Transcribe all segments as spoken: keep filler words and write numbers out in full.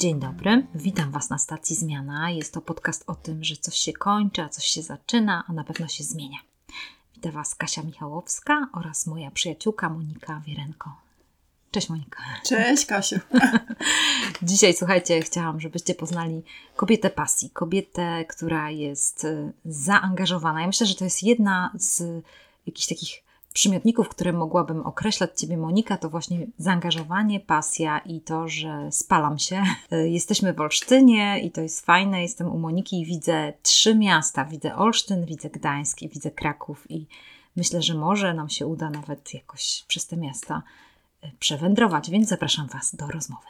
Dzień dobry, witam Was na stacji Zmiana. Jest to podcast o tym, że coś się kończy, a coś się zaczyna, a na pewno się zmienia. Witam Was Kasia Michałowska oraz moja przyjaciółka Monika Wierenko. Cześć Monika. Cześć Kasiu. Dzisiaj, słuchajcie, chciałam, żebyście poznali kobietę pasji. Kobietę, która jest zaangażowana. Ja myślę, że to jest jedna z jakichś takich przymiotników, które mogłabym określać Ciebie, Monika, to właśnie zaangażowanie, pasja i to, że spalam się. Jesteśmy w Olsztynie i to jest fajne. Jestem u Moniki i widzę trzy miasta. Widzę Olsztyn, widzę Gdańsk i widzę Kraków i myślę, że może nam się uda nawet jakoś przez te miasta przewędrować, więc zapraszam Was do rozmowy.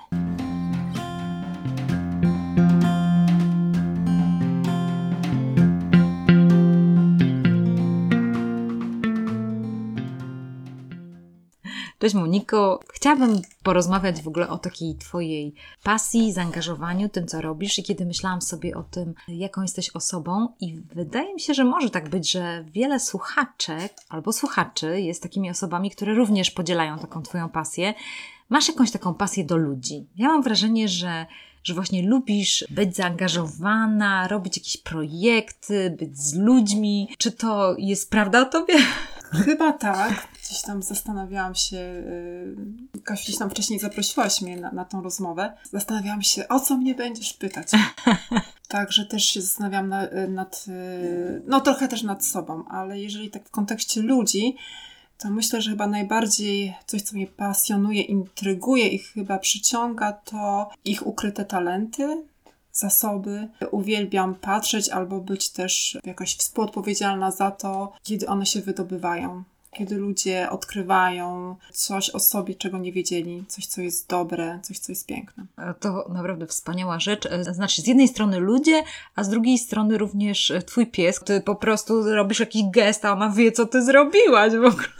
Cześć Moniko, chciałabym porozmawiać w ogóle o takiej Twojej pasji, zaangażowaniu, tym co robisz i kiedy myślałam sobie o tym, jaką jesteś osobą i wydaje mi się, że może tak być, że wiele słuchaczek albo słuchaczy jest takimi osobami, które również podzielają taką Twoją pasję. Masz jakąś taką pasję do ludzi. Ja mam wrażenie, że że właśnie lubisz być zaangażowana, robić jakieś projekty, być z ludźmi. Czy to jest prawda o Tobie? Chyba tak. Gdzieś tam zastanawiałam się, yy, Kasiu, gdzieś tam wcześniej zaprosiłaś mnie na, na tą rozmowę. Zastanawiałam się, o co mnie będziesz pytać. Także też się zastanawiałam na, nad, yy, no trochę też nad sobą, ale jeżeli tak w kontekście ludzi, to myślę, że chyba najbardziej coś, co mnie pasjonuje, intryguje i chyba przyciąga, to ich ukryte talenty, zasoby. Uwielbiam patrzeć albo być też jakoś współodpowiedzialna za to, kiedy one się wydobywają. Kiedy ludzie odkrywają coś o sobie, czego nie wiedzieli, coś, co jest dobre, coś, co jest piękne. To naprawdę wspaniała rzecz. Znaczy, z jednej strony ludzie, a z drugiej strony również Twój pies. Ty po prostu robisz jakiś gest, a ona wie, co Ty zrobiłaś w ogóle.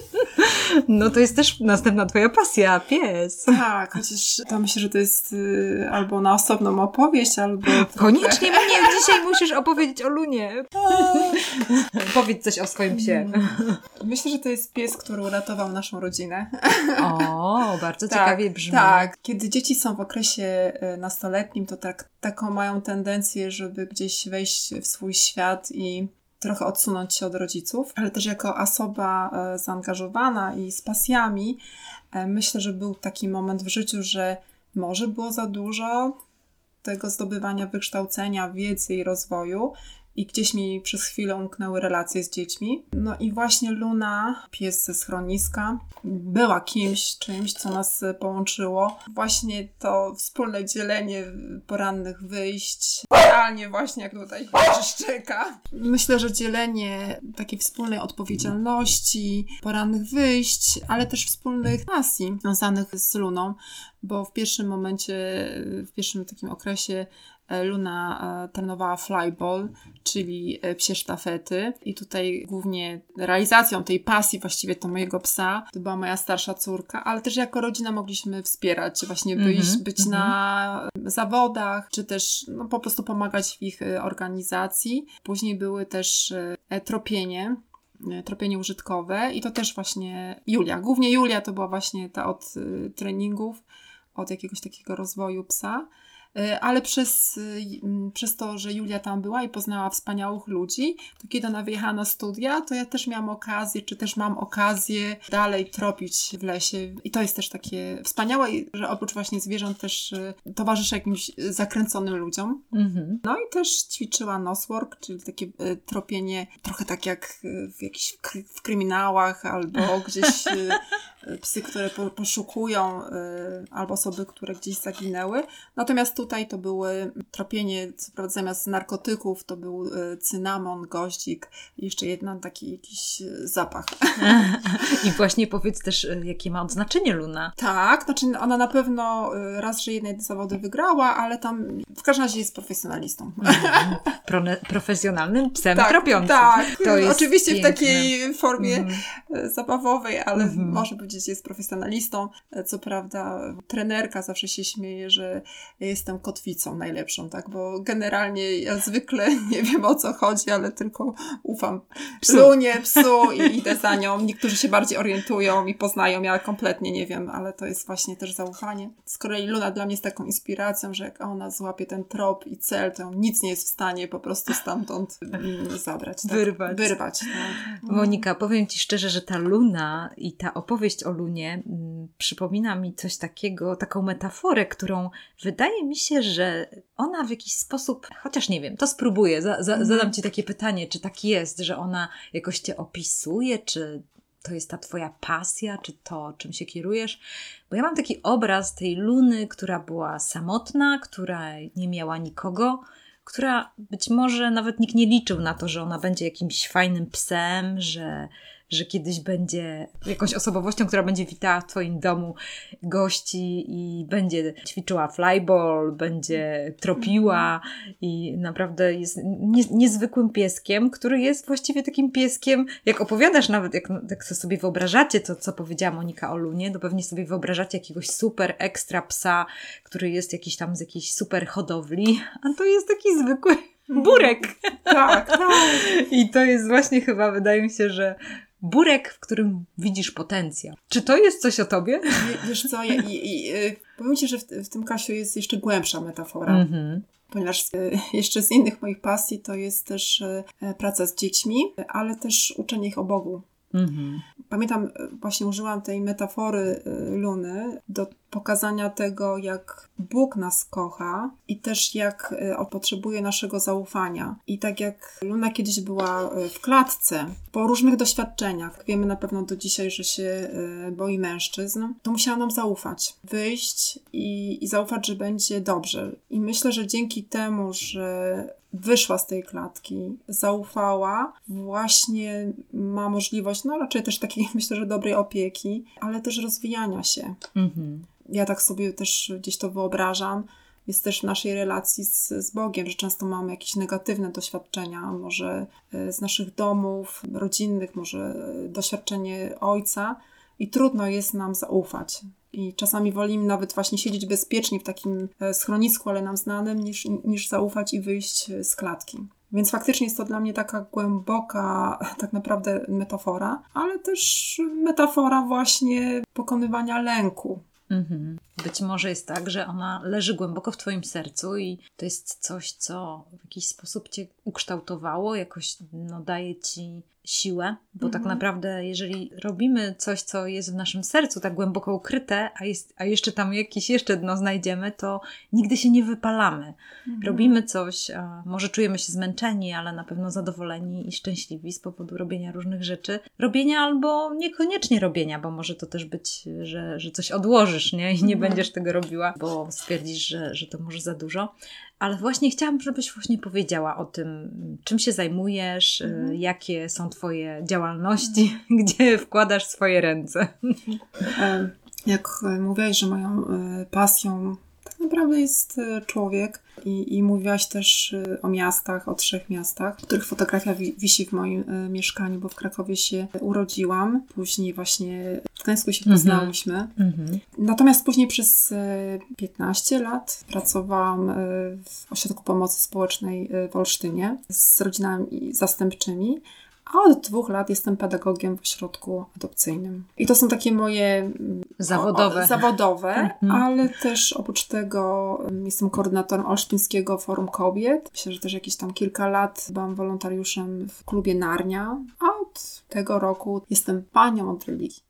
No to jest też następna Twoja pasja, pies. Tak, chociaż to myślę, że to jest y, albo na osobną opowieść, albo... Koniecznie mnie dzisiaj musisz opowiedzieć o Lunie. Powiedz coś o swoim psie. Myślę, że to jest pies, który uratował naszą rodzinę. O, bardzo tak, ciekawie brzmi. Tak, kiedy dzieci są w okresie nastoletnim, to tak, taką mają tendencję, żeby gdzieś wejść w swój świat i trochę odsunąć się od rodziców, ale też jako osoba e, zaangażowana i z pasjami, e, myślę, że był taki moment w życiu, że może było za dużo tego zdobywania wykształcenia, wiedzy i rozwoju i gdzieś mi przez chwilę umknęły relacje z dziećmi. No i właśnie Luna, pies ze schroniska, była kimś, czymś, co nas połączyło. Właśnie to wspólne dzielenie porannych wyjść, realnie właśnie jak tutaj szczeka. Myślę, że dzielenie takiej wspólnej odpowiedzialności, porannych wyjść, ale też wspólnych pasji związanych z Luną, bo w pierwszym momencie, w pierwszym takim okresie Luna trenowała flyball, czyli psie sztafety i tutaj głównie realizacją tej pasji właściwie to mojego psa, to była moja starsza córka, ale też jako rodzina mogliśmy wspierać, właśnie być, mm-hmm, być mm-hmm. na zawodach, czy też no, po prostu pomagać w ich organizacji. Później były też tropienie, tropienie użytkowe i to też właśnie Julia, głównie Julia to była właśnie ta od treningów, od jakiegoś takiego rozwoju psa. Ale przez, przez to, że Julia tam była i poznała wspaniałych ludzi, to kiedy ona wyjechała na studia, to ja też miałam okazję, czy też mam okazję dalej tropić w lesie. I to jest też takie wspaniałe, że oprócz właśnie zwierząt też towarzyszę jakimś zakręconym ludziom. Mm-hmm. No i też ćwiczyła nosework, czyli takie tropienie, trochę tak jak w jakichś w kryminałach albo gdzieś psy, które poszukują albo osoby, które gdzieś zaginęły. Natomiast tutaj to były tropienie, co prawda zamiast narkotyków, to był cynamon, goździk i jeszcze jeden taki jakiś zapach. I właśnie powiedz też, jakie ma odznaczenie Luna. Tak, znaczy ona na pewno raz, że jedne zawody wygrała, ale tam w każdym razie jest profesjonalistą. Pro, profesjonalnym psem tak, tropiącym. Tak, to jest oczywiście piękne. W takiej formie mm. zabawowej, ale mm. może być powiedzieć, jest profesjonalistą. Co prawda trenerka zawsze się śmieje, że jestem kotwicą najlepszą, tak? Bo generalnie ja zwykle nie wiem, o co chodzi, ale tylko ufam psu. Lunie, psu i idę za nią. Niektórzy się bardziej orientują i poznają, ja kompletnie nie wiem, ale to jest właśnie też zaufanie. Z kolei Luna dla mnie jest taką inspiracją, że jak ona złapie ten trop i cel, to nic nie jest w stanie po prostu stamtąd zabrać. Tak? Wyrwać. Wyrwać, tak. Monika, powiem Ci szczerze, że ta Luna i ta opowieść o Lunie m, przypomina mi coś takiego, taką metaforę, którą wydaje mi się, że ona w jakiś sposób, chociaż nie wiem, to spróbuję, za, za, zadam Ci takie pytanie, czy tak jest, że ona jakoś Cię opisuje, czy to jest ta Twoja pasja, czy to, czym się kierujesz? Bo ja mam taki obraz tej Luny, która była samotna, która nie miała nikogo, która być może nawet nikt nie liczył na to, że ona będzie jakimś fajnym psem, że, że kiedyś będzie jakąś osobowością, która będzie witała w Twoim domu gości i będzie ćwiczyła flyball, będzie tropiła i naprawdę jest nie, niezwykłym pieskiem, który jest właściwie takim pieskiem, jak opowiadasz nawet, jak, jak sobie wyobrażacie to, co powiedziała Monika o Lunie, to pewnie sobie wyobrażacie jakiegoś super ekstra psa, który jest jakiś tam z jakiejś super hodowli, a to jest taki zwykły burek. Tak, tak. I to jest właśnie chyba, wydaje mi się, że burek, w którym widzisz potencjał. Czy to jest coś o tobie? Wiesz co, ja, i, i, powiem Ci, że w, w tym, Kasiu, jest jeszcze głębsza metafora. Mm-hmm. Ponieważ jeszcze z innych moich pasji to jest też praca z dziećmi, ale też uczenie ich o Bogu. Mm-hmm. Pamiętam, właśnie użyłam tej metafory Luny do pokazania tego, jak Bóg nas kocha i też jak potrzebuje naszego zaufania. I tak jak Luna kiedyś była w klatce, po różnych doświadczeniach, wiemy na pewno do dzisiaj, że się boi mężczyzn, to musiała nam zaufać, wyjść i, i zaufać, że będzie dobrze. I myślę, że dzięki temu, że wyszła z tej klatki, zaufała, właśnie ma możliwość, no raczej też takiej, myślę, że dobrej opieki, ale też rozwijania się. Mhm. Ja tak sobie też gdzieś to wyobrażam. Jest też w naszej relacji z, z Bogiem, że często mamy jakieś negatywne doświadczenia, może z naszych domów rodzinnych, może doświadczenie ojca i trudno jest nam zaufać. I czasami wolimy nawet właśnie siedzieć bezpiecznie w takim schronisku, ale nam znanym, niż, niż zaufać i wyjść z klatki. Więc faktycznie jest to dla mnie taka głęboka tak naprawdę metafora, ale też metafora właśnie pokonywania lęku. Mhm. Być może jest tak, że ona leży głęboko w Twoim sercu i to jest coś, co w jakiś sposób Cię ukształtowało, jakoś no, daje Ci siłę, bo mhm. tak naprawdę jeżeli robimy coś, co jest w naszym sercu tak głęboko ukryte, a, jest, a jeszcze tam jakieś jeszcze dno znajdziemy, to nigdy się nie wypalamy. Mhm. Robimy coś, a może czujemy się zmęczeni, ale na pewno zadowoleni i szczęśliwi z powodu robienia różnych rzeczy. Robienia albo niekoniecznie robienia, bo może to też być, że, że coś odłożysz, nie? I nie mhm. będziesz tego robiła, bo stwierdzisz, że, że to może za dużo. Ale właśnie chciałam, żebyś właśnie powiedziała o tym, czym się zajmujesz, mhm. jakie są Twoje działalności, mhm. gdzie wkładasz swoje ręce. Jak mówiłaś, że moją pasją tak naprawdę jest człowiek i, i mówiłaś też o miastach, o trzech miastach, których fotografia wi- wisi w moim y, mieszkaniu, bo w Krakowie się urodziłam, później właśnie w Gdańsku się poznałyśmy. Mm-hmm. Natomiast później przez y, piętnaście lat pracowałam y, w Ośrodku Pomocy Społecznej y, w Olsztynie z rodzinami zastępczymi. A od dwóch lat jestem pedagogiem w ośrodku adopcyjnym. I to są takie moje zawodowe, o, zawodowe mm-hmm. ale też oprócz tego jestem koordynatorem Olsztyńskiego Forum Kobiet. Myślę, że też jakieś tam kilka lat byłam wolontariuszem w klubie Narnia, a od tego roku jestem panią od religii.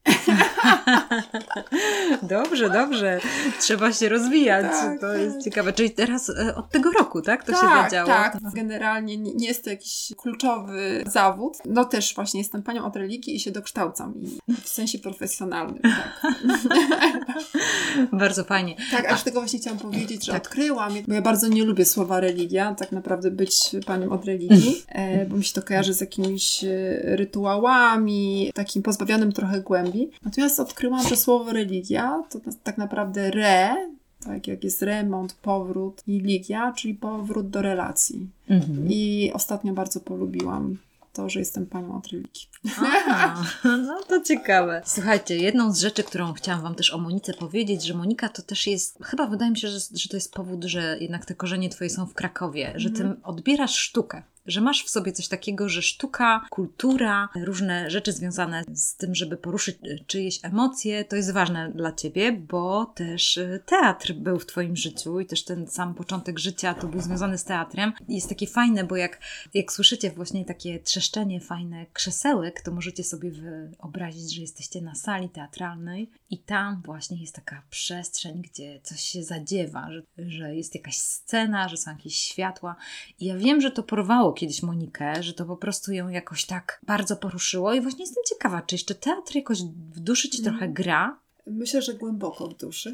Dobrze, dobrze. Trzeba się rozwijać. Tak, to tak. jest ciekawe. Czyli teraz od tego roku, tak? To tak, się zadziało. Tak, generalnie nie, nie jest to jakiś kluczowy zawód. No też właśnie jestem panią od religii i się dokształcam. I w sensie profesjonalnym. Tak. Bardzo fajnie. Tak, aż tego właśnie chciałam powiedzieć, że tak. odkryłam, bo ja bardzo nie lubię słowa religia, tak naprawdę być panią od religii, bo mi się to kojarzy z jakimiś rytuałami, takim pozbawionym trochę głębi. Natomiast odkryłam, że słowo religia to tak naprawdę re, tak jak jest remont, powrót i ligia, czyli powrót do relacji. Mhm. I ostatnio bardzo polubiłam to, że jestem panią od religii. Aha, no to ciekawe. Słuchajcie, jedną z rzeczy, którą chciałam wam też o Monice powiedzieć, że Monika to też jest, chyba wydaje mi się, że, że to jest powód, że jednak te korzenie twoje są w Krakowie, mhm. że ty odbierasz sztukę. Że masz w sobie coś takiego, że sztuka, kultura, różne rzeczy związane z tym, żeby poruszyć czyjeś emocje, to jest ważne dla ciebie, bo też teatr był w twoim życiu i też ten sam początek życia to był związany z teatrem. I jest takie fajne, bo jak, jak słyszycie właśnie takie trzeszczenie fajne krzesełek, to możecie sobie wyobrazić, że jesteście na sali teatralnej i tam właśnie jest taka przestrzeń, gdzie coś się zadziewa, że, że jest jakaś scena, że są jakieś światła. I ja wiem, że to porwało kiedyś Monikę, że to po prostu ją jakoś tak bardzo poruszyło i właśnie jestem ciekawa, czy jeszcze teatr jakoś w duszy ci trochę gra? Myślę, że głęboko w duszy.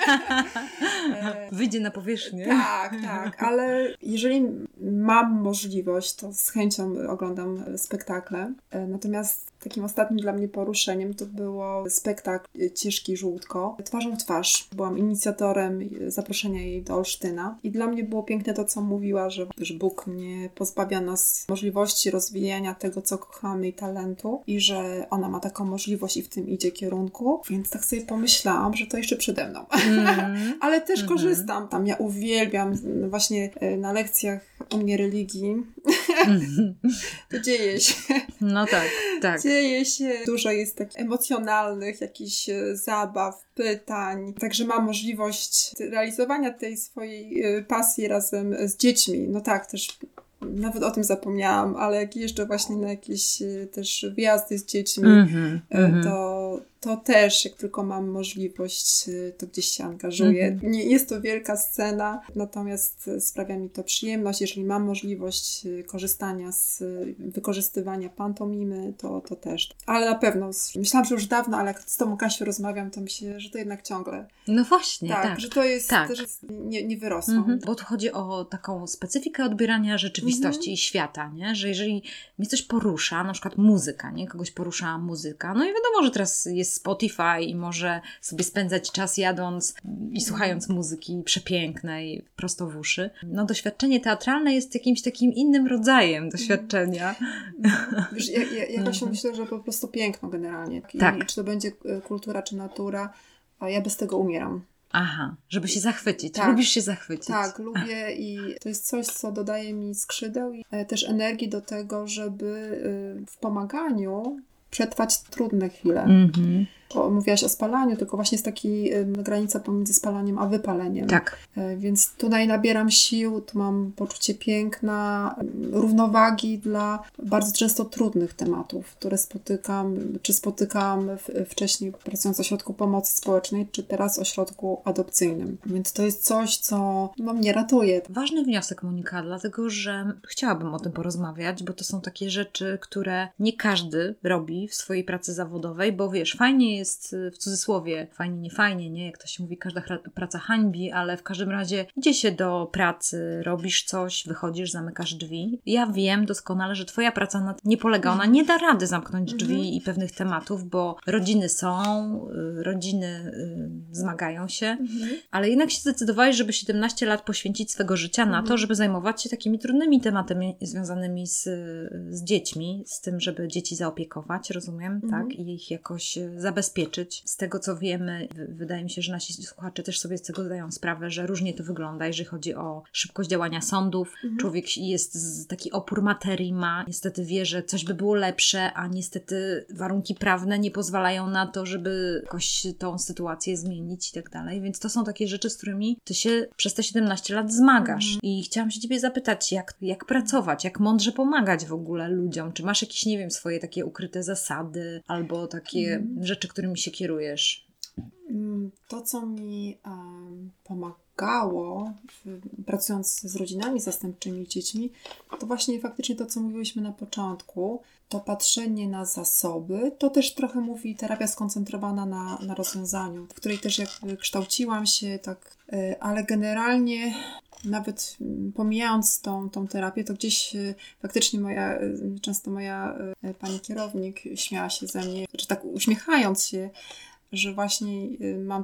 Wyjdzie na powierzchnię. Tak, tak, ale jeżeli mam możliwość, to z chęcią oglądam spektakle. Natomiast takim ostatnim dla mnie poruszeniem to było spektakl Cieszki Żółtko, Twarzą w twarz. Byłam inicjatorem zaproszenia jej do Olsztyna i dla mnie było piękne to, co mówiła, że, że Bóg nie pozbawia nas możliwości rozwijania tego, co kochamy i talentu i że ona ma taką możliwość i w tym idzie kierunku, więc tak sobie pomyślałam, że to jeszcze przede mną. Mm. Ale też mm-hmm. korzystam. Tam ja uwielbiam właśnie na lekcjach u mnie religii. Mm. To dzieje się. No tak, tak. Dzieje się. Dużo jest takich emocjonalnych jakichś zabaw, pytań. Także mam możliwość realizowania tej swojej pasji razem z dziećmi. No tak, też nawet o tym zapomniałam, ale jak jeżdżę właśnie na jakieś też wyjazdy z dziećmi, mm-hmm, to, to też, jak tylko mam możliwość, to gdzieś się angażuję. Mm-hmm. Nie jest to wielka scena, natomiast sprawia mi to przyjemność. Jeżeli mam możliwość korzystania z wykorzystywania pantomimy, to, to też. Ale na pewno, myślałam, że już dawno, ale jak z tą Kasią rozmawiam, to myślę, że to jednak ciągle. No właśnie, tak. Tak, że to jest, tak. Też jest nie, nie wyrosło. Mm-hmm. Bo tu chodzi o taką specyfikę odbierania rzeczywistości mm-hmm. i świata, nie? Że jeżeli mnie coś porusza, na przykład muzyka, nie? Kogoś porusza muzyka, no i wiadomo, że teraz jest Spotify i może sobie spędzać czas jadąc i słuchając muzyki przepięknej prosto w uszy. No doświadczenie teatralne jest jakimś takim innym rodzajem doświadczenia. Wiesz, ja, ja, ja właśnie myślę, że po prostu piękno generalnie. I, tak. I czy to będzie kultura, czy natura, a ja bez tego umieram. Aha, żeby się zachwycić. Tak, lubisz się zachwycić. Tak, lubię Ach. i to jest coś, co dodaje mi skrzydeł i też energii do tego, żeby w pomaganiu przetrwać trudne chwile. Mm-hmm. O, mówiłaś o spalaniu, tylko właśnie jest taka granica pomiędzy spalaniem a wypaleniem. Tak. Więc tutaj nabieram sił, tu mam poczucie piękna, równowagi dla bardzo często trudnych tematów, które spotykam, czy spotykałam wcześniej pracując w ośrodku pomocy społecznej, czy teraz w ośrodku adopcyjnym. Więc to jest coś, co no, mnie ratuje. Ważny wniosek, Monika, dlatego, że chciałabym o tym porozmawiać, bo to są takie rzeczy, które nie każdy robi w swojej pracy zawodowej, bo wiesz, fajnie jest jest w cudzysłowie, fajnie, nie fajnie, nie? Jak to się mówi, każda praca hańbi, ale w każdym razie idzie się do pracy, robisz coś, wychodzisz, zamykasz drzwi. Ja wiem doskonale, że twoja praca nad nie polega, ona nie da rady zamknąć drzwi mm-hmm. i pewnych tematów, bo rodziny są, rodziny zmagają się, mm-hmm. ale jednak się zdecydowałeś, żeby siedemnaście lat poświęcić swego życia na mm-hmm. to, żeby zajmować się takimi trudnymi tematami związanymi z, z dziećmi, z tym, żeby dzieci zaopiekować, rozumiem, mm-hmm. tak? I ich jakoś zabezpieczyć. Z tego, co wiemy, w- wydaje mi się, że nasi słuchacze też sobie z tego zdają sprawę, że różnie to wygląda, jeżeli chodzi o szybkość działania sądów. Mhm. Człowiek jest z, taki opór materii ma, niestety wie, że coś by było lepsze, a niestety warunki prawne nie pozwalają na to, żeby jakoś tą sytuację zmienić i tak dalej. Więc to są takie rzeczy, z którymi ty się przez te siedemnaście lat zmagasz. Mhm. I chciałam się ciebie zapytać, jak, jak pracować, jak mądrze pomagać w ogóle ludziom? Czy masz jakieś, nie wiem, swoje takie ukryte zasady albo takie mhm. rzeczy, którymi się kierujesz? To, co mi um, pomagało w, pracując z rodzinami zastępczymi, dziećmi, to właśnie faktycznie to, co mówiłyśmy na początku, to patrzenie na zasoby, to też trochę mówi terapia skoncentrowana na, na rozwiązaniu, w której też jakby kształciłam się, tak, ale generalnie nawet pomijając tą, tą terapię, to gdzieś faktycznie moja, często moja pani kierownik śmiała się ze mnie, czy tak uśmiechając się, że właśnie mam tak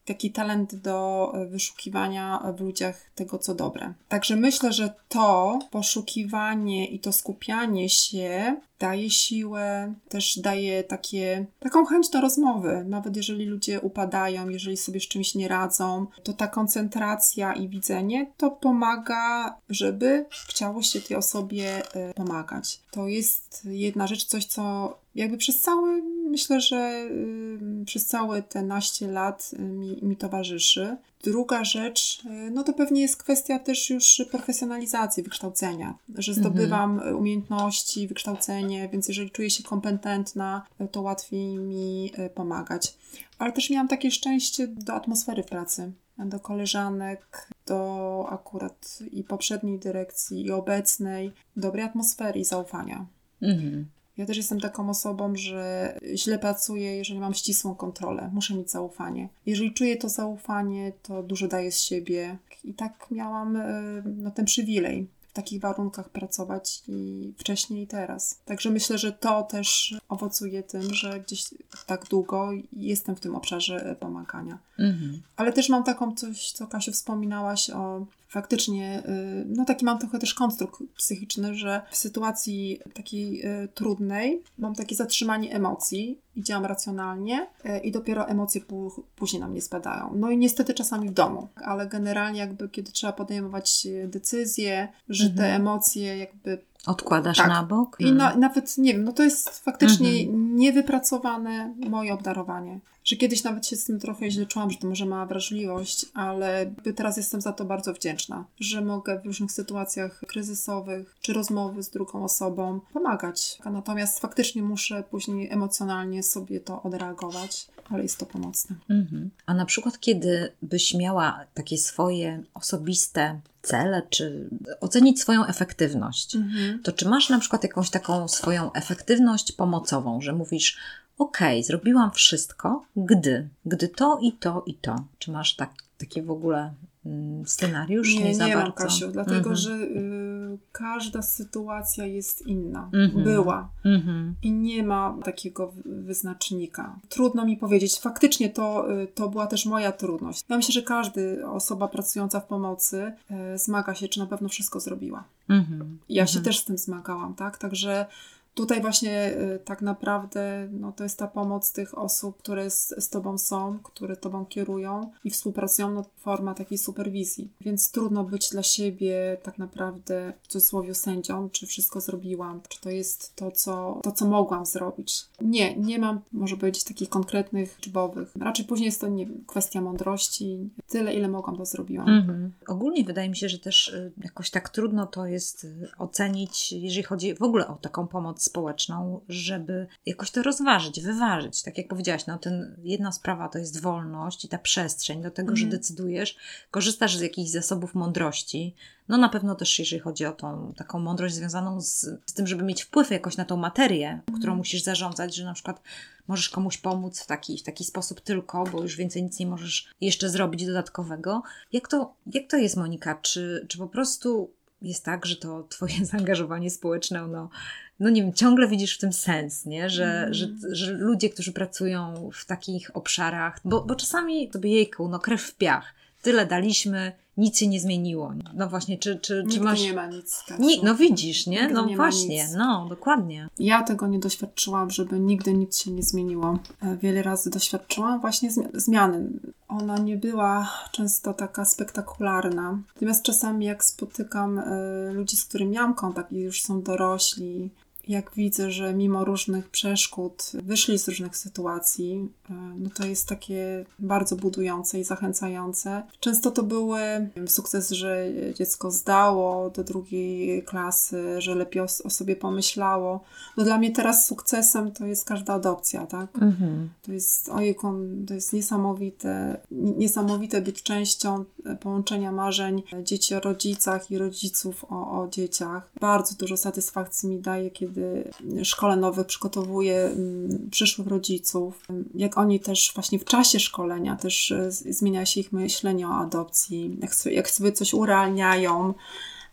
taki talent do wyszukiwania w ludziach tego, co dobre. Także myślę, że to poszukiwanie i to skupianie się daje siłę, też daje takie, taką chęć do rozmowy. Nawet jeżeli ludzie upadają, jeżeli sobie z czymś nie radzą, to ta koncentracja i widzenie to pomaga, żeby chciało się tej osobie pomagać. To jest jedna rzecz, coś, co jakby przez cały, myślę, że yy, przez całe te naście lat mi, mi towarzyszy. Druga rzecz, yy, no to pewnie jest kwestia też już profesjonalizacji, wykształcenia, że zdobywam mhm. umiejętności, wykształcenie, więc jeżeli czuję się kompetentna, to łatwiej mi yy, pomagać. Ale też miałam takie szczęście do atmosfery w pracy, do koleżanek, do akurat i poprzedniej dyrekcji, i obecnej, dobrej atmosfery i zaufania. Mhm. Ja też jestem taką osobą, że źle pracuję, jeżeli mam ścisłą kontrolę. Muszę mieć zaufanie. Jeżeli czuję to zaufanie, to dużo daję z siebie. I tak miałam no, ten przywilej w takich warunkach pracować i wcześniej i teraz. Także myślę, że to też owocuje tym, że gdzieś tak długo jestem w tym obszarze pomagania. Mhm. Ale też mam taką coś, co Kasiu wspominałaś o faktycznie, no taki mam trochę też konstrukt psychiczny, że w sytuacji takiej y, trudnej mam takie zatrzymanie emocji i działam racjonalnie y, i dopiero emocje p- później na mnie spadają. No i niestety czasami w domu, ale generalnie jakby kiedy trzeba podejmować decyzje, że mhm. te emocje jakby odkładasz tak. na bok? I na, nawet, nie wiem, no to jest faktycznie mhm. niewypracowane moje obdarowanie. Że kiedyś nawet się z tym trochę źle czułam, że to może mała wrażliwość, ale teraz jestem za to bardzo wdzięczna, że mogę w różnych sytuacjach kryzysowych czy rozmowy z drugą osobą pomagać. Natomiast faktycznie muszę później emocjonalnie sobie to odreagować, ale jest to pomocne. Mhm. A na przykład kiedy byś miała takie swoje osobiste cele, czy ocenić swoją efektywność, mhm. to czy masz na przykład jakąś taką swoją efektywność pomocową, że mówisz, okej, okay, zrobiłam wszystko, gdy, gdy to i to i to. Czy masz tak, takie w ogóle mm, scenariusz? Nie, nie, nie za mam, bardzo. Kasiu, dlatego, mm-hmm. że y, każda sytuacja jest inna. Mm-hmm. Była. Mm-hmm. I nie ma takiego wyznacznika. Trudno mi powiedzieć. Faktycznie to, y, to była też moja trudność. Ja myślę, że każda osoba pracująca w pomocy y, zmaga się, czy na pewno wszystko zrobiła. Mm-hmm. Ja mm-hmm. się też z tym zmagałam, tak? Także tutaj właśnie y, tak naprawdę no, to jest ta pomoc tych osób, które z, z Tobą są, które Tobą kierują i współpracują, no, forma takiej superwizji. Więc trudno być dla siebie tak naprawdę w cudzysłowie sędzią, czy wszystko zrobiłam, czy to jest to, co, to, co mogłam zrobić. Nie, nie mam, może powiedzieć, takich konkretnych liczbowych. Raczej później jest to, nie wiem, kwestia mądrości. Tyle, ile mogłam, to zrobiłam. Mhm. Ogólnie wydaje mi się, że też y, jakoś tak trudno to jest y, ocenić, jeżeli chodzi w ogóle o taką pomoc społeczną, żeby jakoś to rozważyć, wyważyć. Tak jak powiedziałaś, no ten, jedna sprawa to jest wolność i ta przestrzeń do tego, mm. że decydujesz, korzystasz z jakichś zasobów mądrości. No na pewno też jeżeli chodzi o tą taką mądrość związaną z, z tym, żeby mieć wpływ jakoś na tą materię, mm. którą musisz zarządzać, że na przykład możesz komuś pomóc w taki, w taki sposób tylko, bo już więcej nic nie możesz jeszcze zrobić dodatkowego. Jak to, jak to jest, Monika? Czy, czy po prostu jest tak, że to twoje zaangażowanie społeczne, no, no nie wiem, ciągle widzisz w tym sens, nie? Że, mm. że, że ludzie, którzy pracują w takich obszarach, bo, bo czasami sobie jejku, no krew w piach, tyle daliśmy, nic się nie zmieniło. No właśnie, czy, czy, czy Nigdy masz... nie ma nic. Ni- no widzisz, nie? Nigdy No nie właśnie, no dokładnie. Ja tego nie doświadczyłam, żeby nigdy nic się nie zmieniło. Wiele razy doświadczyłam właśnie zmi- zmiany. Ona nie była często taka spektakularna. Natomiast czasami jak spotykam y, ludzi, z którymi miałam kontakt i już są dorośli, jak widzę, że mimo różnych przeszkód wyszli z różnych sytuacji, no to jest takie bardzo budujące i zachęcające. Często to były wiem, sukces, że dziecko zdało do drugiej klasy, że lepiej o, o sobie pomyślało. No dla mnie teraz sukcesem to jest każda adopcja, tak? Mhm. To jest, ojejku, to jest niesamowite, niesamowite być częścią połączenia marzeń dzieci o rodzicach i rodziców o, o dzieciach. Bardzo dużo satysfakcji mi daje, kiedy szkole nowe przygotowuje przyszłych rodziców, jak oni też właśnie w czasie szkolenia też zmienia się ich myślenie o adopcji, jak sobie, jak sobie coś urealniają,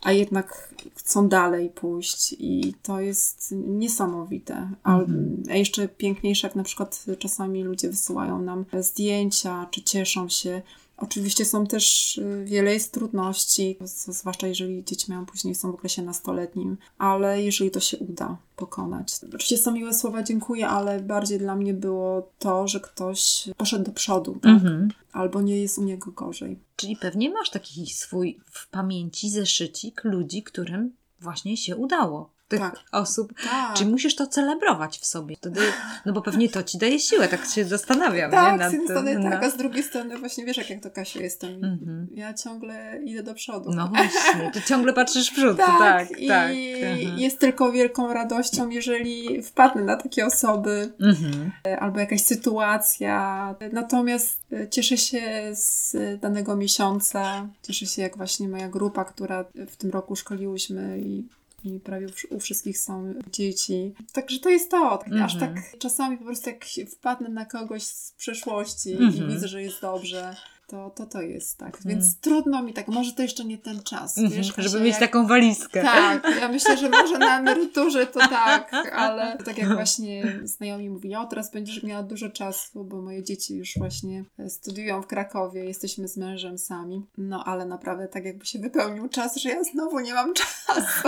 a jednak chcą dalej pójść i to jest niesamowite. A, mm. a jeszcze piękniejsze, jak na przykład czasami ludzie wysyłają nam zdjęcia, czy cieszą się. Oczywiście są też, wiele jest trudności, zwłaszcza jeżeli dzieci mają później, są w okresie nastoletnim, ale jeżeli to się uda pokonać. Oczywiście są miłe słowa, dziękuję, ale bardziej dla mnie było to, że ktoś poszedł do przodu, tak? Mm-hmm. Albo nie jest u niego gorzej. Czyli pewnie masz taki swój w pamięci zeszycik ludzi, którym właśnie się udało. Tych tak. osób. Tak. Czyli musisz to celebrować w sobie. Wtedy, no bo pewnie to ci daje siłę, tak się zastanawiam. Tak, nie? Nad, z jednej strony na... tak, a z drugiej strony właśnie wiesz, jak, jak to Kasiu jestem. Mm-hmm. Ja ciągle idę do przodu. No właśnie, ty ciągle patrzysz w przód. tak, tak, i tak. jest tylko wielką radością, jeżeli wpadnę na takie osoby, mm-hmm. albo jakaś sytuacja. Natomiast cieszę się z danego miesiąca, cieszę się jak właśnie moja grupa, która w tym roku szkoliłyśmy i i prawie u wszystkich są dzieci. Także to jest to. Tak, mm-hmm. Aż tak czasami po prostu jak wpadnę na kogoś z przeszłości mm-hmm. i widzę, że jest dobrze, to to, to jest tak. Mm. Więc trudno mi tak, może to jeszcze nie ten czas. Mm-hmm. Wiesz, żeby mieć jak... taką walizkę. Tak, ja myślę, że może na emeryturze to tak, ale tak jak właśnie znajomi mówili, o teraz będziesz miała dużo czasu, bo moje dzieci już właśnie studiują w Krakowie, jesteśmy z mężem sami. No ale naprawdę tak jakby się wypełnił czas, że ja znowu nie mam czasu.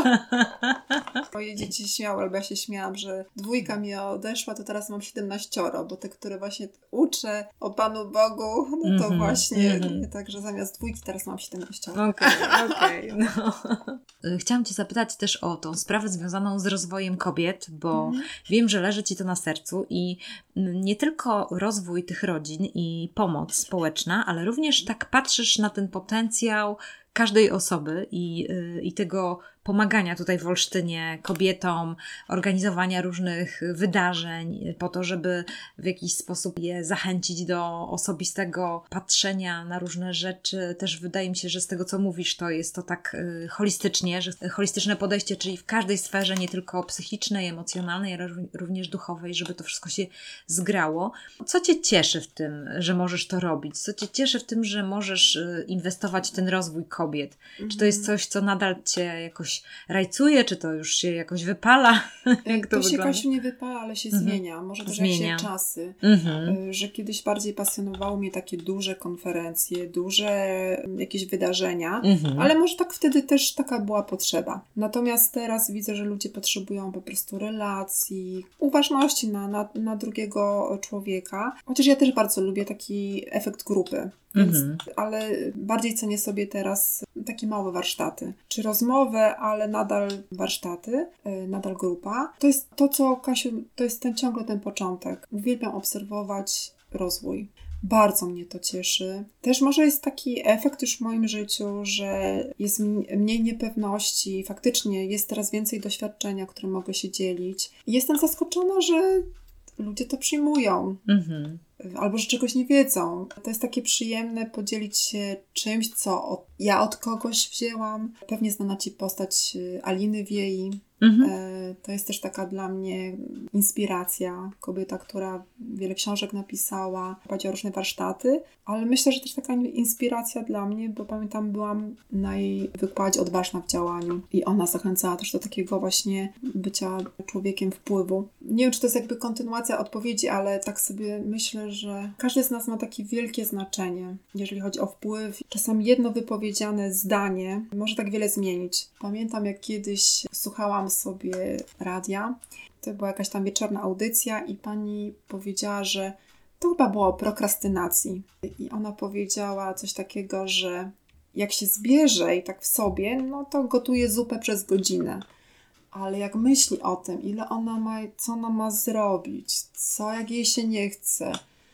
Moje dzieci się śmiały, albo ja się śmiałam, że dwójka mi odeszła, to teraz mam siedemnaścioro, bo te, które właśnie uczę o Panu Bogu, no to mm-hmm. właśnie Mm-hmm. Także zamiast dwójki teraz mam siedemnaście lat. Okej, okay, okej. Okay, no. Chciałam Cię zapytać też o tą sprawę związaną z rozwojem kobiet, bo mm-hmm. wiem, że leży Ci to na sercu i nie tylko rozwój tych rodzin i pomoc społeczna, ale również tak patrzysz na ten potencjał każdej osoby i, i tego pomagania tutaj w Olsztynie kobietom, organizowania różnych wydarzeń po to, żeby w jakiś sposób je zachęcić do osobistego patrzenia na różne rzeczy. Też wydaje mi się, że z tego, co mówisz, to jest to tak y, holistycznie, że holistyczne podejście, czyli w każdej sferze, nie tylko psychicznej, emocjonalnej, ale również duchowej, żeby to wszystko się zgrało. Co Cię cieszy w tym, że możesz to robić? Co Cię cieszy w tym, że możesz y, inwestować w ten rozwój kobiet? Mm. Czy to jest coś, co nadal Cię jakoś rajcuje, czy to już się jakoś wypala? Jak to, to się wygląda? Kasiu nie wypala, ale się mm-hmm. zmienia. Może też zmienia. jak się czasy. Mm-hmm. Że kiedyś bardziej pasjonowały mnie takie duże konferencje, duże jakieś wydarzenia, mm-hmm. ale może tak wtedy też taka była potrzeba. Natomiast teraz widzę, że ludzie potrzebują po prostu relacji, uważności na, na, na drugiego człowieka. Chociaż ja też bardzo lubię taki efekt grupy. Więc, mm-hmm. ale bardziej cenię sobie teraz takie małe warsztaty. Czy rozmowę, ale nadal warsztaty, yy, nadal grupa. To jest to, co Kasiu, to jest ten ciągle ten początek. Uwielbiam obserwować rozwój. Bardzo mnie to cieszy. Też może jest taki efekt już w moim życiu, że jest mniej niepewności. Faktycznie jest teraz więcej doświadczenia, którym mogę się dzielić. I jestem zaskoczona, że ludzie to przyjmują. Mm-hmm. Albo że czegoś nie wiedzą. To jest takie przyjemne podzielić się czymś, co od, ja od kogoś wzięłam. Pewnie znana Ci postać Aliny Wiei. Mhm. E, to jest też taka dla mnie inspiracja. Kobieta, która wiele książek napisała, prowadziła różne warsztaty, ale myślę, że też taka inspiracja dla mnie, bo pamiętam, byłam na jej wykładzie Odważna w działaniu i ona zachęcała też do takiego właśnie bycia człowiekiem wpływu. Nie wiem, czy to jest jakby kontynuacja odpowiedzi, ale tak sobie myślę, że każdy z nas ma takie wielkie znaczenie, jeżeli chodzi o wpływ. Czasami jedno wypowiedziane zdanie może tak wiele zmienić. Pamiętam, jak kiedyś słuchałam sobie radia, to była jakaś tam wieczorna audycja i pani powiedziała, że to chyba było o prokrastynacji. I ona powiedziała coś takiego, że jak się zbierze i tak w sobie, no to gotuje zupę przez godzinę. Ale jak myśli o tym, ile ona ma, co ona ma zrobić, co jak jej się nie chce,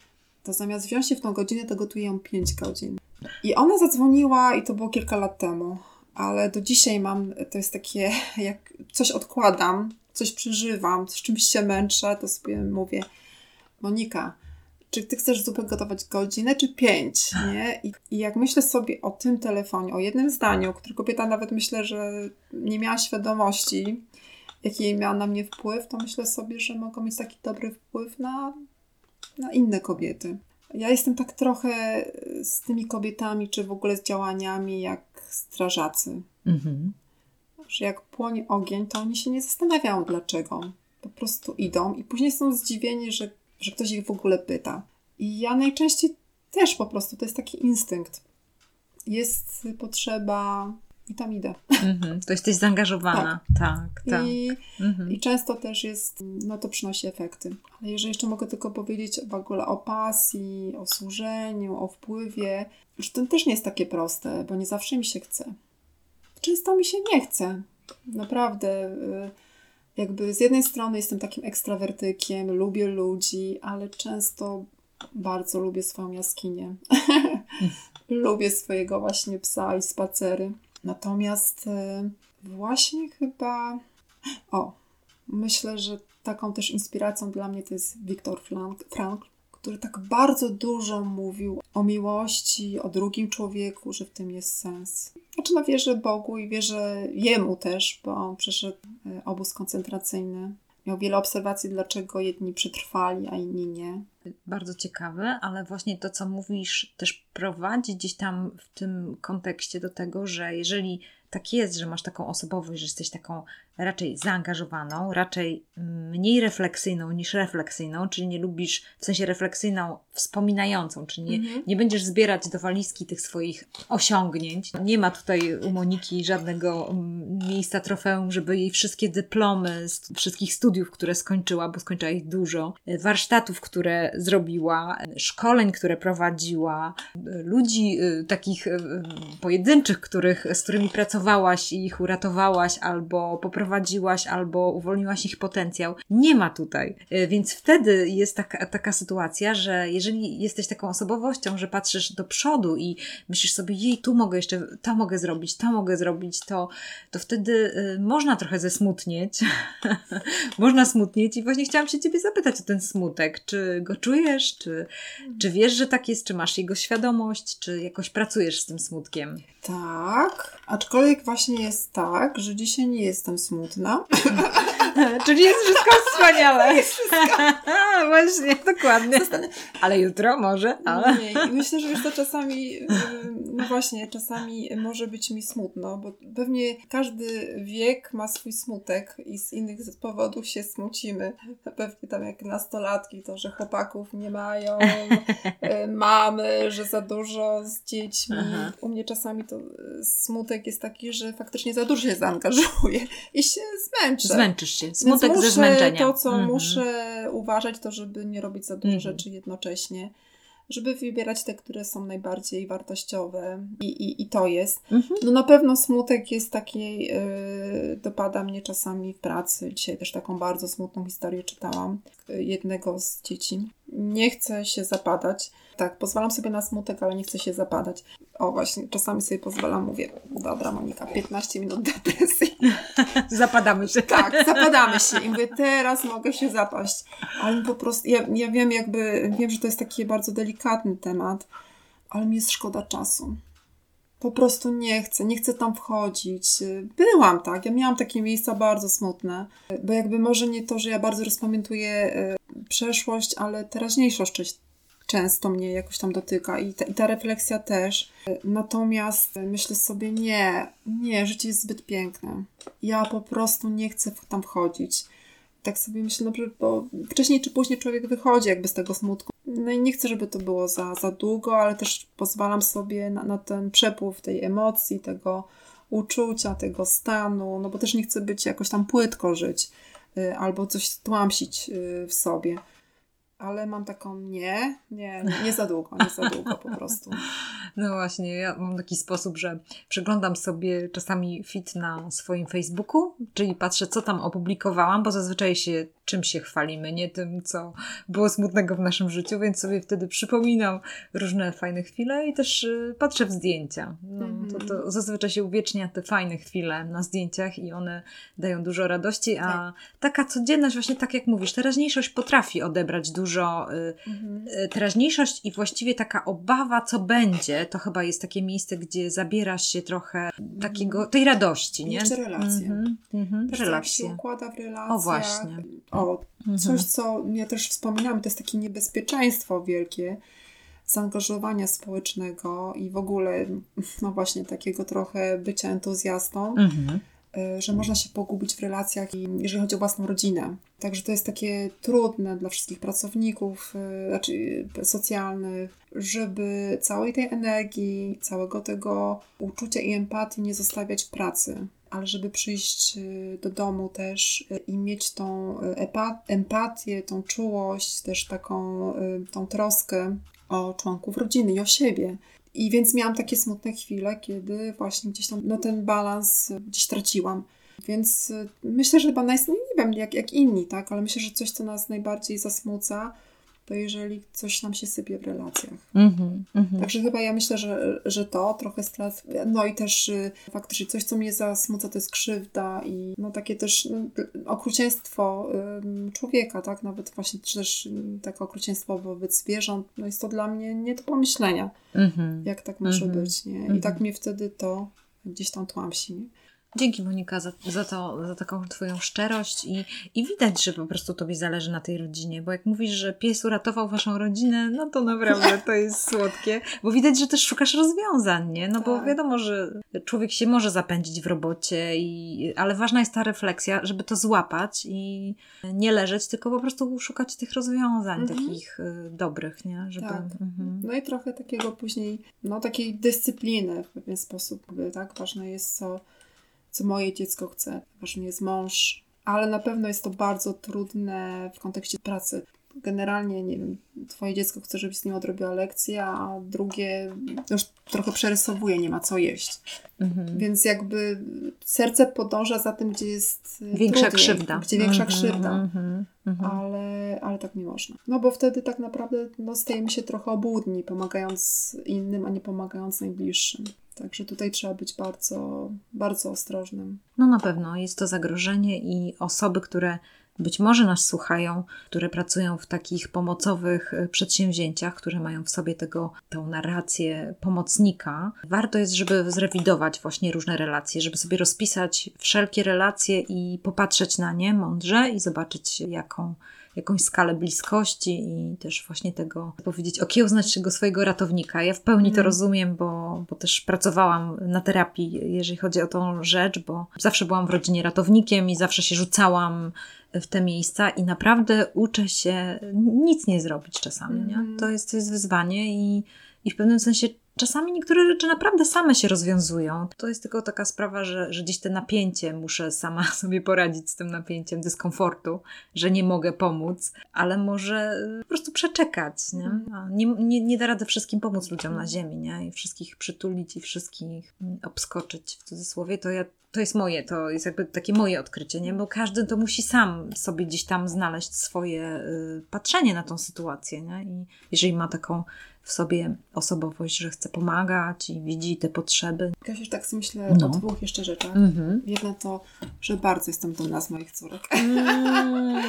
to zamiast wziąć się w tą godzinę, to gotuje ją pięć godzin. I ona zadzwoniła i to było kilka lat temu. Ale do dzisiaj mam, to jest takie, jak coś odkładam, coś przeżywam, z czymś się męczę, to sobie mówię, Monika, czy ty chcesz zupę gotować godzinę, czy pięć, nie? I, I jak myślę sobie o tym telefonie, o jednym zdaniu, które kobieta nawet myślę, że nie miała świadomości, jaki miała na mnie wpływ, to myślę sobie, że mogą mieć taki dobry wpływ na, na inne kobiety. Ja jestem tak trochę z tymi kobietami, czy w ogóle z działaniami jak strażacy. Mhm. że jak płonie ogień, to oni się nie zastanawiają dlaczego. Po prostu idą i później są zdziwieni, że, że ktoś ich w ogóle pyta. I ja najczęściej też po prostu, to jest taki instynkt. Jest potrzeba i tam idę. Mm-hmm. To jesteś zaangażowana. Tak, tak. tak. I, mm-hmm. I często też jest, no to przynosi efekty. Ale jeżeli jeszcze mogę tylko powiedzieć w ogóle o pasji, o służeniu, o wpływie, że to też nie jest takie proste, bo nie zawsze mi się chce. Często mi się nie chce. Naprawdę. Jakby z jednej strony jestem takim ekstrawertykiem, lubię ludzi, ale często bardzo lubię swoją jaskinię. Lubię swojego właśnie psa i spacery. Natomiast właśnie chyba... O, myślę, że taką też inspiracją dla mnie to jest Viktor Frankl, który tak bardzo dużo mówił o miłości, o drugim człowieku, że w tym jest sens. Znaczy no wierzę Bogu i wierzę Jemu też, bo on przeszedł obóz koncentracyjny. Miał wiele obserwacji, dlaczego jedni przetrwali, a inni nie. Bardzo ciekawe, ale właśnie to, co mówisz, też prowadzi gdzieś tam w tym kontekście do tego, że jeżeli tak jest, że masz taką osobowość, że jesteś taką raczej zaangażowaną, raczej mniej refleksyjną niż refleksyjną, czyli nie lubisz, w sensie refleksyjną, wspominającą, czyli nie, mhm. nie będziesz zbierać do walizki tych swoich osiągnięć. Nie ma tutaj u Moniki żadnego miejsca trofeum, żeby jej wszystkie dyplomy z wszystkich studiów, które skończyła, bo skończyła ich dużo, warsztatów, które zrobiła, szkoleń, które prowadziła, ludzi takich pojedynczych, których, z którymi pracowałaś i ich uratowałaś, albo poprowadziłaś, albo uwolniłaś ich potencjał. Nie ma tutaj. Więc wtedy jest taka, taka sytuacja, że jeżeli jesteś taką osobowością, że patrzysz do przodu i myślisz sobie, jej, tu mogę jeszcze, to mogę zrobić, to mogę zrobić, to, to wtedy y, można trochę zesmutnieć. Można smutnieć i właśnie chciałam się Ciebie zapytać o ten smutek. Czy go czujesz? Czy, czy wiesz, że tak jest? Czy masz jego świadomość? Czy jakoś pracujesz z tym smutkiem? Tak, aczkolwiek właśnie jest tak, że dzisiaj nie jestem smutna. Czyli jest wszystko wspaniale. Jest wszystko. Właśnie, dokładnie. Zostanę... Ale jutro może. Ale... Nie, i myślę, że już to czasami, no właśnie, czasami może być mi smutno, bo pewnie każdy wiek ma swój smutek i z innych powodów się smucimy. Pewnie tam jak nastolatki, to, że chłopaków nie mają, mamy, że za dużo z dziećmi. Aha. U mnie czasami to smutek jest taki, że faktycznie za dużo się zaangażuję i się zmęczę. Zmęczysz się. Smutek ze zmęczenia. To, co mhm. muszę uważać, to żeby nie robić za dużo mhm. rzeczy jednocześnie. Żeby wybierać te, które są najbardziej wartościowe. I, i, i to jest. Mhm. No na pewno smutek jest taki, yy, dopada mnie czasami w pracy. Dzisiaj też taką bardzo smutną historię czytałam. Jednego z dzieci. Nie chcę się zapadać. Tak, pozwalam sobie na smutek, ale nie chcę się zapadać. O właśnie, czasami sobie pozwalam, mówię, dobra Monika, piętnaście minut depresji. Zapadamy się. Tak, zapadamy się. I mówię, teraz mogę się zapaść. Ale po prostu, ja, ja wiem jakby, wiem, że to jest taki bardzo delikatny temat, ale mi jest szkoda czasu. Po prostu nie chcę, nie chcę tam wchodzić. Byłam tak, ja miałam takie miejsca bardzo smutne, bo jakby może nie to, że ja bardzo rozpamiętuję przeszłość, ale teraźniejszość często mnie jakoś tam dotyka i ta, i ta refleksja też. Natomiast myślę sobie, nie, nie, życie jest zbyt piękne. Ja po prostu nie chcę tam wchodzić. Tak sobie myślę, no, bo wcześniej czy później człowiek wychodzi jakby z tego smutku. No i nie chcę, żeby to było za, za długo, ale też pozwalam sobie na, na ten przepływ tej emocji, tego uczucia, tego stanu, no bo też nie chcę być jakoś tam płytko żyć y, albo coś tłamsić y, w sobie. Ale mam taką nie, nie, nie, nie za długo, nie za długo po prostu. No właśnie, ja mam taki sposób, że przeglądam sobie czasami feed na swoim Facebooku, czyli patrzę, co tam opublikowałam, bo zazwyczaj się czym się chwalimy, nie tym, co było smutnego w naszym życiu, więc sobie wtedy przypominam różne fajne chwile i też y, patrzę w zdjęcia. No, mm-hmm. to, to zazwyczaj się uwiecznia te fajne chwile na zdjęciach i one dają dużo radości, a tak. taka codzienność, właśnie tak jak mówisz, teraźniejszość potrafi odebrać dużo. Y, mm-hmm. y, teraźniejszość i właściwie taka obawa, co będzie, to chyba jest takie miejsce, gdzie zabierasz się trochę takiego, tej radości, nie? Jeszcze relacje. Mm-hmm. Mm-hmm. Relacje. się układa w relacjach. O właśnie. O, coś, co ja też wspominałam, to jest takie niebezpieczeństwo wielkie zaangażowania społecznego i w ogóle, no właśnie, takiego trochę bycia entuzjastą. Mhm. że można się pogubić w relacjach, i jeżeli chodzi o własną rodzinę. Także to jest takie trudne dla wszystkich pracowników, znaczy socjalnych, żeby całej tej energii, całego tego uczucia i empatii nie zostawiać w pracy, ale żeby przyjść do domu też i mieć tą empatię, tą czułość, też taką tą troskę o członków rodziny i o siebie. I więc miałam takie smutne chwile, kiedy właśnie gdzieś tam no, ten balans gdzieś traciłam. Więc myślę, że chyba nas, nie wiem jak, jak inni, tak, ale myślę, że coś, co nas najbardziej zasmuca, to jeżeli coś nam się sypie w relacjach. Mm-hmm, mm-hmm. Także chyba ja myślę, że, że to trochę strat. No i też y, faktycznie coś, co mnie zasmuca, to jest krzywda i no takie też no, okrucieństwo y, człowieka, tak, nawet właśnie czy też y, takie okrucieństwo wobec zwierząt, no jest to dla mnie nie do pomyślenia, mm-hmm. jak tak może mm-hmm. być, nie? I mm-hmm. tak mnie wtedy to gdzieś tam tłamsi, nie? Dzięki Monika za, za, to, za taką Twoją szczerość i, i widać, że po prostu Tobie zależy na tej rodzinie, bo jak mówisz, że pies uratował Waszą rodzinę, no to naprawdę to jest słodkie, bo widać, że też szukasz rozwiązań, nie? No tak. Bo wiadomo, że człowiek się może zapędzić w robocie, i, ale ważna jest ta refleksja, żeby to złapać i nie leżeć, tylko po prostu szukać tych rozwiązań mhm. takich y, dobrych, nie? Żeby, tak. mhm. No i trochę takiego później, no takiej dyscypliny w pewien sposób, tak? Ważne jest co co moje dziecko chce. Ważny jest mąż, ale na pewno jest to bardzo trudne w kontekście pracy. Generalnie, nie wiem, twoje dziecko chce, żebyś z nim odrobiła lekcję, a drugie już trochę przerysowuje, nie ma co jeść. Mhm. Więc jakby serce podąża za tym, gdzie jest większa trudniej, krzywda. Gdzie większa mhm, krzywda. Mhm, mhm. Ale, ale tak nie można. No bo wtedy tak naprawdę no, stajemy się trochę obłudni, pomagając innym, a nie pomagając najbliższym. Także tutaj trzeba być bardzo, bardzo ostrożnym. No na pewno jest to zagrożenie i osoby, które być może nas słuchają, które pracują w takich pomocowych przedsięwzięciach, które mają w sobie tego, tą narrację pomocnika. Warto jest, żeby zrewidować właśnie różne relacje, żeby sobie rozpisać wszelkie relacje i popatrzeć na nie mądrze i zobaczyć jaką jakąś skalę bliskości i też właśnie tego, powiedzieć, okiełznać tego swojego ratownika. Ja w pełni mm. to rozumiem, bo, bo też pracowałam na terapii, jeżeli chodzi o tą rzecz, bo zawsze byłam w rodzinie ratownikiem i zawsze się rzucałam w te miejsca i naprawdę uczę się nic nie zrobić czasami, nie? To jest, to jest wyzwanie i, i w pewnym sensie czasami niektóre rzeczy naprawdę same się rozwiązują. To jest tylko taka sprawa, że, że gdzieś te napięcie, muszę sama sobie poradzić z tym napięciem dyskomfortu, że nie mogę pomóc, ale może po prostu przeczekać, nie? Nie, nie, nie da rady wszystkim pomóc ludziom na ziemi, nie? I wszystkich przytulić i wszystkich obskoczyć w cudzysłowie, to ja To jest moje, to jest jakby takie moje odkrycie, nie? Bo każdy to musi sam sobie gdzieś tam znaleźć swoje y, patrzenie na tą sytuację, nie? I jeżeli ma taką w sobie osobowość, że chce pomagać i widzi te potrzeby. Ja już tak sobie myślę no. o dwóch jeszcze rzeczach. Mm-hmm. Jedno to, że bardzo jestem dumna z moich córek. Mm.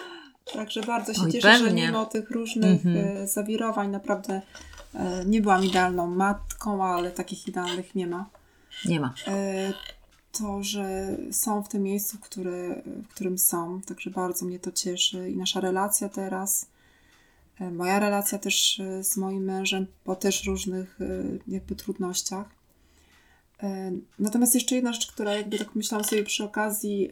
Także bardzo się Oj, cieszę, pewnie. że mimo tych różnych mm-hmm. zawirowań naprawdę e, nie byłam idealną matką, ale takich idealnych nie ma. Nie ma. E, to, że są w tym miejscu, który, w którym są. Także bardzo mnie to cieszy. I nasza relacja teraz, moja relacja też z moim mężem, po też różnych jakby trudnościach. Natomiast jeszcze jedna rzecz, która jakby tak myślałam sobie przy okazji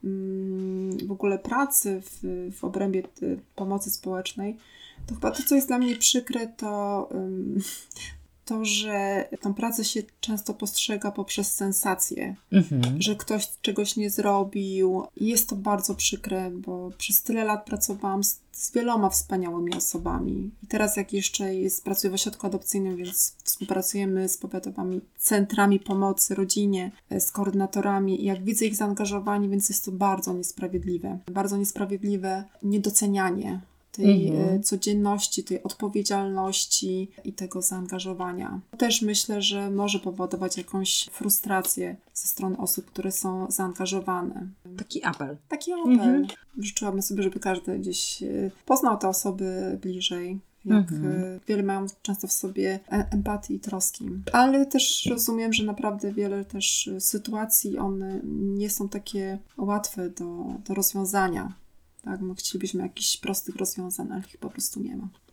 w ogóle pracy w, w obrębie pomocy społecznej, to chyba to, co jest dla mnie przykre, to to, że tą pracę się często postrzega poprzez sensację, mhm. że ktoś czegoś nie zrobił. I jest to bardzo przykre, bo przez tyle lat pracowałam z, z wieloma wspaniałymi osobami. I teraz jak jeszcze jest, pracuję w ośrodku adopcyjnym, więc współpracujemy z powiatowymi centrami pomocy rodzinie, z koordynatorami i jak widzę ich zaangażowanie, więc jest to bardzo niesprawiedliwe. Bardzo niesprawiedliwe niedocenianie tej mhm. codzienności, tej odpowiedzialności i tego zaangażowania. Też myślę, że może powodować jakąś frustrację ze strony osób, które są zaangażowane. Taki apel. Taki apel. Mhm. Życzyłabym sobie, żeby każdy gdzieś poznał te osoby bliżej. Jak mhm. wiele mają często w sobie empatii i troski. Ale też rozumiem, że naprawdę wiele też sytuacji, one nie są takie łatwe do, do rozwiązania. Tak, my chcielibyśmy jakichś prostych rozwiązań, ale ich po prostu nie ma.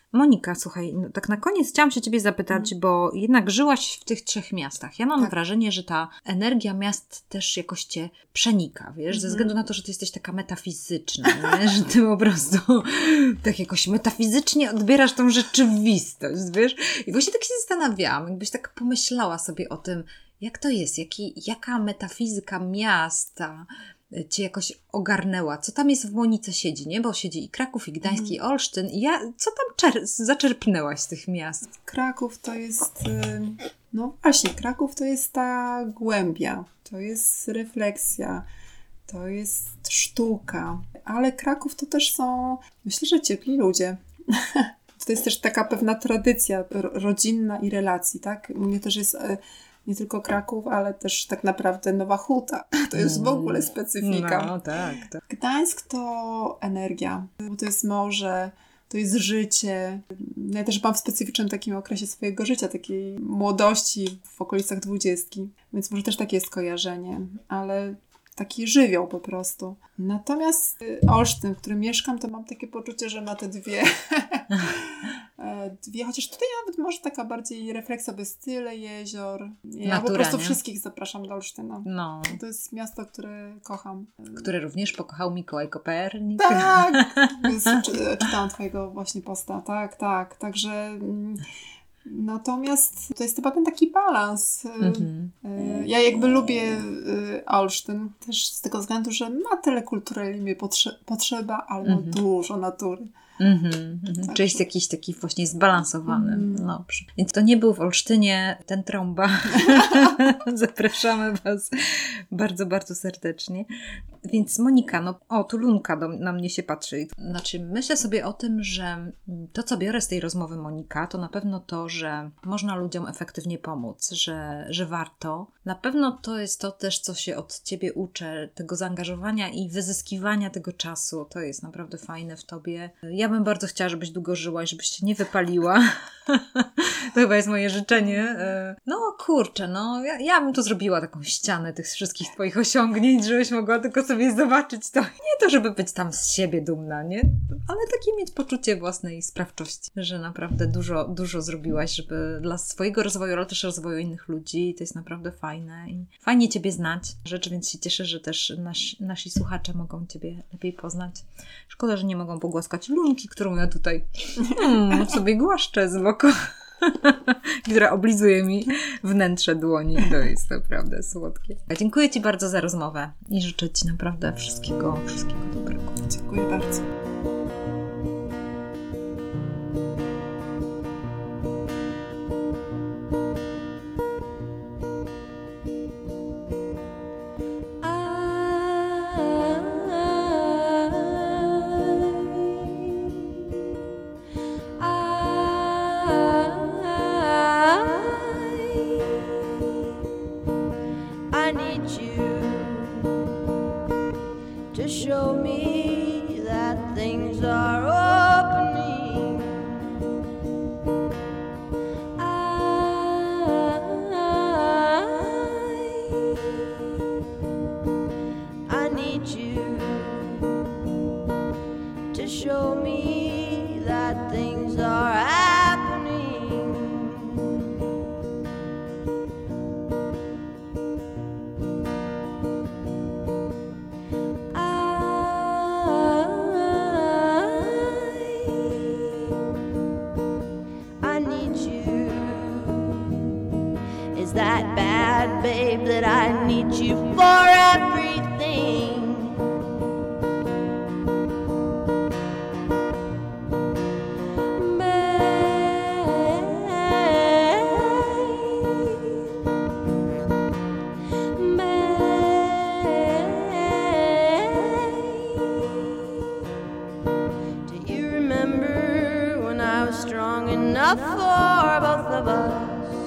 Monika, słuchaj, no tak na koniec chciałam się ciebie zapytać, mm. bo jednak żyłaś w tych trzech miastach. Ja mam tak. wrażenie, że ta energia miast też jakoś cię przenika, wiesz, mm. ze względu na to, że ty jesteś taka metafizyczna, nie? Że ty po prostu tak jakoś metafizycznie odbierasz tą rzeczywistość, wiesz. I właśnie tak się zastanawiałam, jakbyś tak pomyślała sobie o tym, jak to jest, jaki, jaka metafizyka miasta cię jakoś ogarnęła. Co tam jest w Monice siedzi, nie? Bo siedzi i Kraków, i Gdańsk, mm. i Olsztyn. I ja, co tam czer- zaczerpnęłaś z tych miast? Kraków to jest, no właśnie, Kraków to jest ta głębia, to jest refleksja, to jest sztuka, ale Kraków to też są, myślę, że ciepli ludzie. To jest też taka pewna tradycja rodzinna i relacji, tak? U mnie też jest nie tylko Kraków, ale też tak naprawdę Nowa Huta. To jest w ogóle specyfika. No, tak, tak. Gdańsk to energia, to jest morze, to jest życie. Ja też byłam w specyficznym takim okresie swojego życia, takiej młodości w okolicach dwudziestki, więc może też takie jest skojarzenie, ale taki żywioł po prostu. Natomiast Olsztyn, w którym mieszkam, to mam takie poczucie, że ma te dwie... dwie, chociaż tutaj nawet może taka bardziej refleksja, bo jest tyle jezior. Ja Natura, po prostu nie? wszystkich zapraszam do Olsztyna. No. To jest miasto, które kocham. Które również pokochał Mikołaj Kopernik. Tak! Czy, czytałam twojego właśnie posta. Tak, tak. Także... Natomiast to jest chyba ten taki balans. Mm-hmm. Ja jakby lubię Olsztyn też z tego względu, że ma tyle kultury, ile mi potrze- potrzeba, ale mm-hmm. ma dużo natury. Mm-hmm, mm-hmm. Tak. Czyli jest jakiś taki właśnie zbalansowany. Mm. Dobrze. Więc to nie był w Olsztynie ten trąba. Zapraszamy Was bardzo, bardzo serdecznie. Więc Monika, no o, tu Lunka do, na mnie się patrzy. Znaczy myślę sobie o tym, że to, co biorę z tej rozmowy, Monika, to na pewno to, że można ludziom efektywnie pomóc, że, że warto. Na pewno to jest to też, co się od Ciebie uczę, tego zaangażowania i wyzyskiwania tego czasu. To jest naprawdę fajne w Tobie. Ja bym bardzo chciała, żebyś długo żyła i żebyś się nie wypaliła. To chyba jest moje życzenie. No kurczę, no ja, ja bym tu zrobiła taką ścianę tych wszystkich Twoich osiągnięć, żebyś mogła tylko sobie zobaczyć to. Nie to, żeby być tam z siebie dumna, nie? Ale takie mieć poczucie własnej sprawczości, że naprawdę dużo, dużo zrobiłaś, żeby dla swojego rozwoju, ale też rozwoju innych ludzi. To jest naprawdę fajne i fajnie Ciebie znać. Rzecz, więc się cieszę, że też nasi, nasi słuchacze mogą Ciebie lepiej poznać. Szkoda, że nie mogą pogłaskać Lunki, którą ja tutaj hmm, sobie głaszczę z boku. która oblizuje mi wnętrze dłoni. To jest naprawdę słodkie. Dziękuję Ci bardzo za rozmowę i życzę Ci naprawdę wszystkiego, wszystkiego dobrego. Dziękuję bardzo. Show me that things are opening. I, I need you to show me that things are happening. That bad, babe, that I need you for everything. Babe, do you remember when I was strong enough for both of us?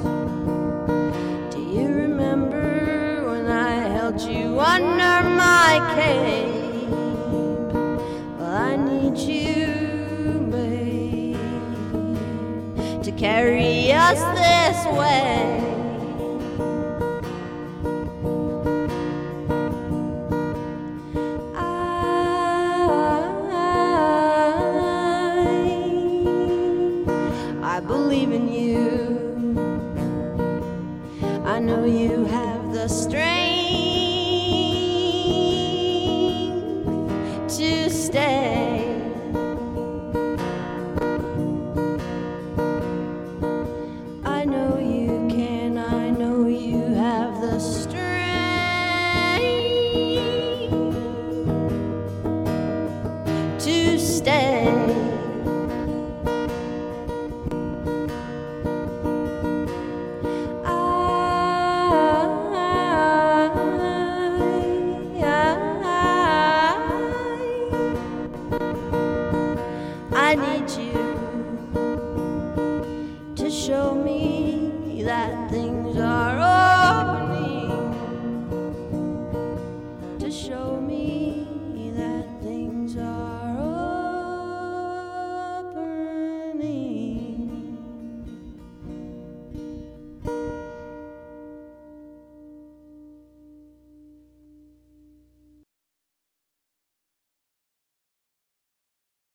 You under my cape. Well, I need you, babe, to carry us this way. I show me that things are opening, to show me